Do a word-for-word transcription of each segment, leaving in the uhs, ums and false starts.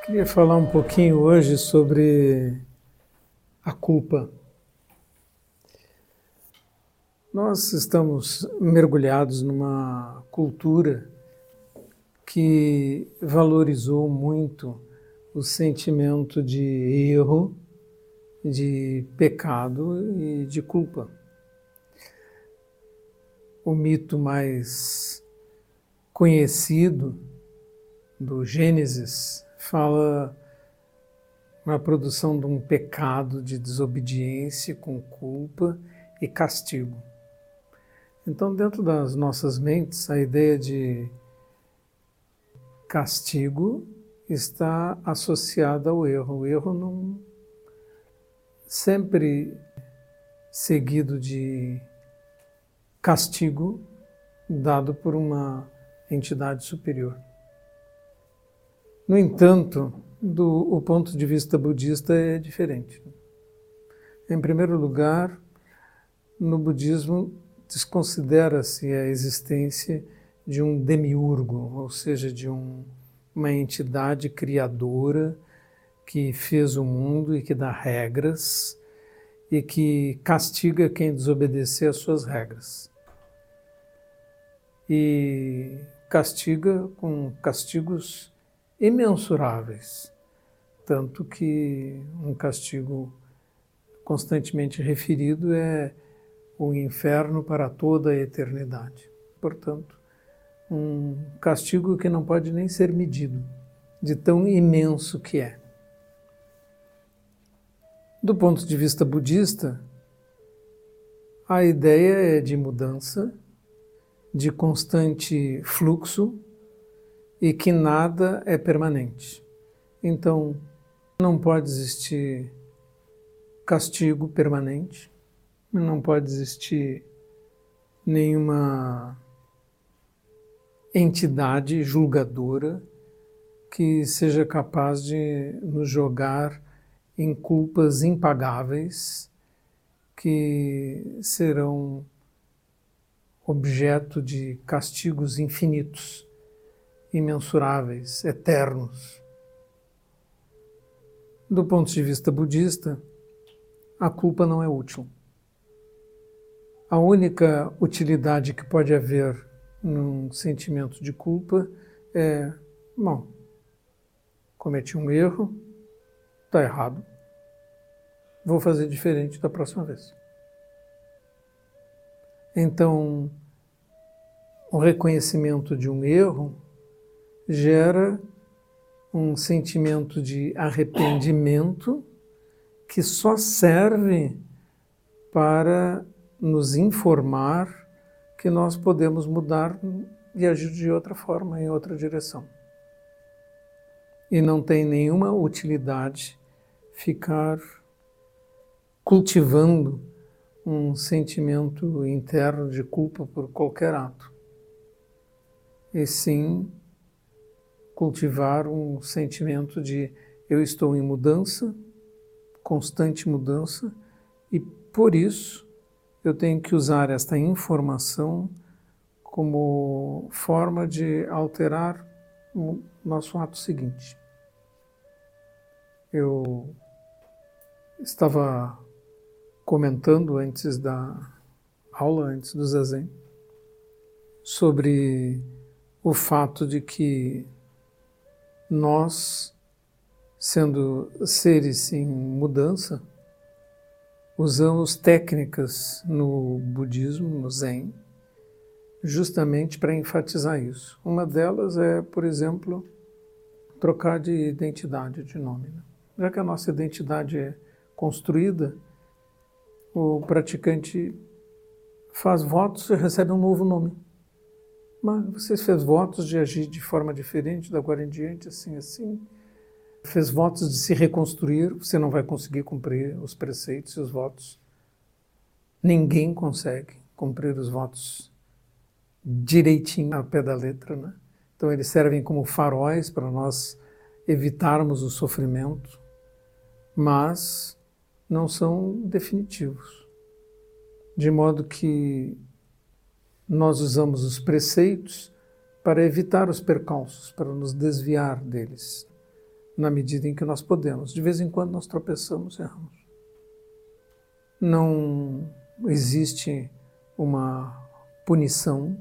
Queria falar um pouquinho hoje sobre a culpa. Nós estamos mergulhados numa cultura que valorizou muito o sentimento de erro, de pecado e de culpa. O mito mais conhecido do Gênesis fala na produção de um pecado de desobediência com culpa e castigo. Então, dentro das nossas mentes, a ideia de castigo está associada ao erro. O erro não sempre seguido de castigo dado por uma entidade superior. No entanto, do o ponto de vista budista é diferente. Em primeiro lugar, no budismo desconsidera-se a existência de um demiurgo, ou seja, de um, uma entidade criadora que fez o mundo e que dá regras e que castiga quem desobedecer às suas regras. E castiga com castigos imensuráveis, tanto que um castigo constantemente referido é o inferno para toda a eternidade. Portanto, um castigo que não pode nem ser medido, de tão imenso que é. Do ponto de vista budista, a ideia é de mudança, de constante fluxo, e que nada é permanente. Então, não pode existir castigo permanente, não pode existir nenhuma entidade julgadora que seja capaz de nos jogar em culpas impagáveis que serão objeto de castigos infinitos, imensuráveis, eternos. Do ponto de vista budista, a culpa não é útil. A única utilidade que pode haver num sentimento de culpa é, bom, cometi um erro, está errado, vou fazer diferente da próxima vez. Então, o reconhecimento de um erro gera um sentimento de arrependimento que só serve para nos informar que nós podemos mudar e agir de outra forma, em outra direção. E não tem nenhuma utilidade ficar cultivando um sentimento interno de culpa por qualquer ato. E sim, cultivar um sentimento de eu estou em mudança, constante mudança, e por isso eu tenho que usar esta informação como forma de alterar o nosso ato seguinte. Eu estava comentando antes da aula, antes do Zazen, sobre o fato de que nós, sendo seres em mudança, usamos técnicas no budismo, no Zen, justamente para enfatizar isso. Uma delas é, por exemplo, trocar de identidade, de nome. Já que a nossa identidade é construída, o praticante faz votos e recebe um novo nome. Mas você fez votos de agir de forma diferente, da agora em diante, assim, assim. Fez votos de se reconstruir, você não vai conseguir cumprir os preceitos e os votos. Ninguém consegue cumprir os votos direitinho, ao pé da letra, né? Então eles servem como faróis para nós evitarmos o sofrimento, mas não são definitivos. De modo que nós usamos os preceitos para evitar os percalços, para nos desviar deles. na medida em que nós podemos. De vez em quando nós tropeçamos e erramos. Não existe uma punição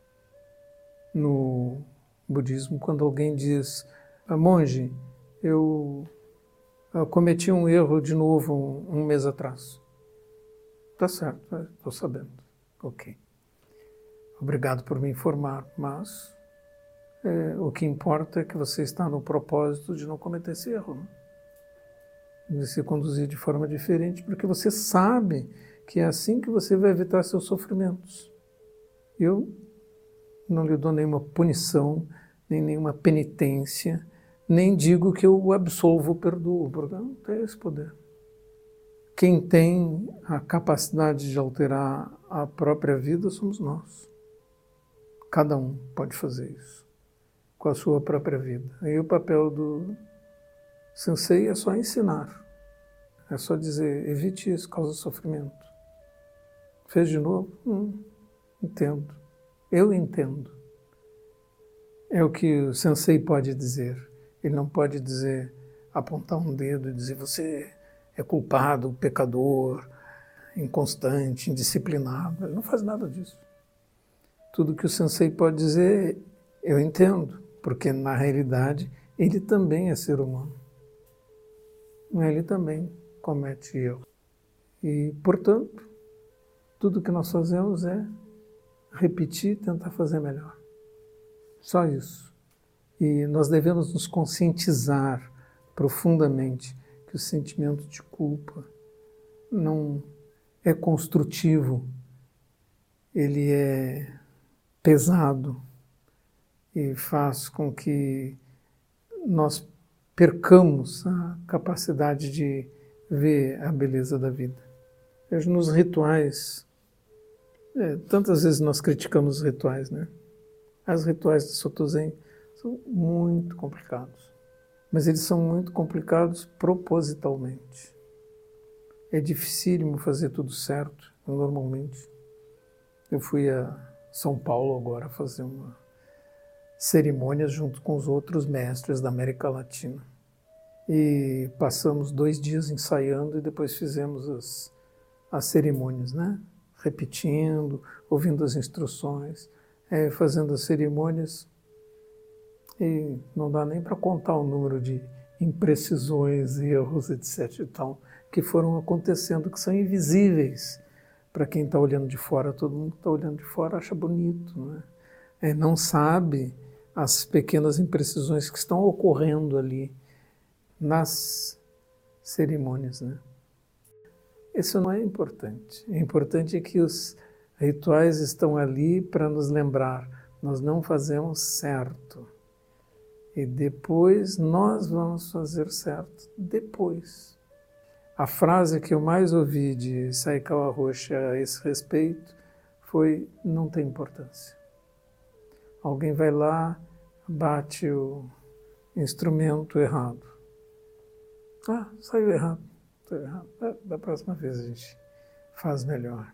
no budismo quando alguém diz: monge, eu, eu cometi um erro de novo um, um mês atrás. Tá certo, estou sabendo. Ok. Obrigado por me informar, mas é, o que importa é que você está no propósito de não cometer esse erro, né? De se conduzir de forma diferente, porque você sabe que é assim que você vai evitar seus sofrimentos. Eu não lhe dou nenhuma punição, nem nenhuma penitência, nem digo que eu o absolvo ou perdoo, porque eu não tenho esse poder. Quem tem a capacidade de alterar a própria vida somos nós. Cada um pode fazer isso, com a sua própria vida. Aí o papel do sensei é só ensinar, é só dizer: evite isso, causa sofrimento. Fez de novo? Hum, entendo. Eu entendo. É o que o sensei pode dizer. Ele não pode dizer, apontar um dedo e dizer: você é culpado, pecador, inconstante, indisciplinado. Ele não faz nada disso. Tudo que o sensei pode dizer, eu entendo, porque na realidade ele também é ser humano. Ele também comete erro. E, portanto, tudo que nós fazemos é repetir e tentar fazer melhor. Só isso. E nós devemos nos conscientizar profundamente que o sentimento de culpa não é construtivo, ele é pesado e faz com que nós percamos a capacidade de ver a beleza da vida. Veja, nos rituais, é, tantas vezes nós criticamos os rituais, né? Os rituais de Soto Zen são muito complicados, mas eles são muito complicados propositalmente. É dificílimo fazer tudo certo, normalmente. Eu fui a São Paulo agora fazer uma cerimônia junto com os outros mestres da América Latina. E passamos dois dias ensaiando e depois fizemos as, as cerimônias, né? Repetindo, ouvindo as instruções, é, fazendo as cerimônias. E não dá nem para contar o número de imprecisões, erros, etc e tal, que foram acontecendo, que são invisíveis para quem está olhando de fora. Todo mundo que está olhando de fora acha bonito, né? É, não sabe as pequenas imprecisões que estão ocorrendo ali nas cerimônias, né? Isso não é importante. É importante que os rituais estão ali para nos lembrar: nós não fazemos certo. E depois nós vamos fazer certo depois. A frase que eu mais ouvi de Saikawa Roshi a esse respeito foi: não tem importância. Alguém vai lá, bate o instrumento errado. Ah, saiu errado. Saiu errado. Da próxima vez a gente faz melhor.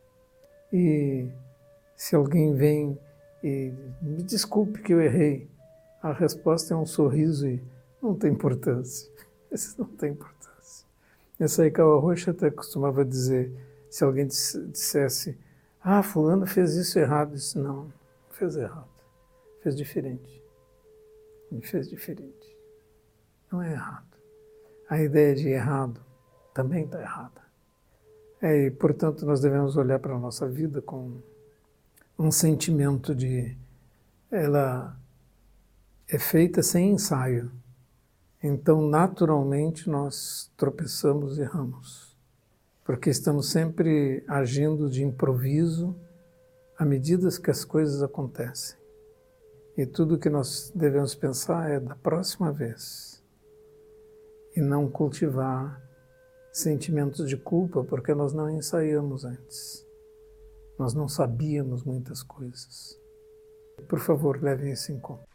E se alguém vem e me desculpe que eu errei, a resposta é um sorriso e não tem importância. Isso não tem importância. Essa Saikawa Roshi até costumava dizer, se alguém dissesse: ah, fulano fez isso errado, eu disse: não, não fez errado, fez diferente. Ele fez diferente. Não é errado. A ideia de errado também está errada. É, e, portanto, nós devemos olhar para a nossa vida com um sentimento de ela é feita sem ensaio. Então, naturalmente, nós tropeçamos e erramos, porque estamos sempre agindo de improviso à medida que as coisas acontecem. E tudo que nós devemos pensar é da próxima vez e não cultivar sentimentos de culpa, porque nós não ensaiamos antes. Nós não sabíamos muitas coisas. Por favor, levem isso em conta.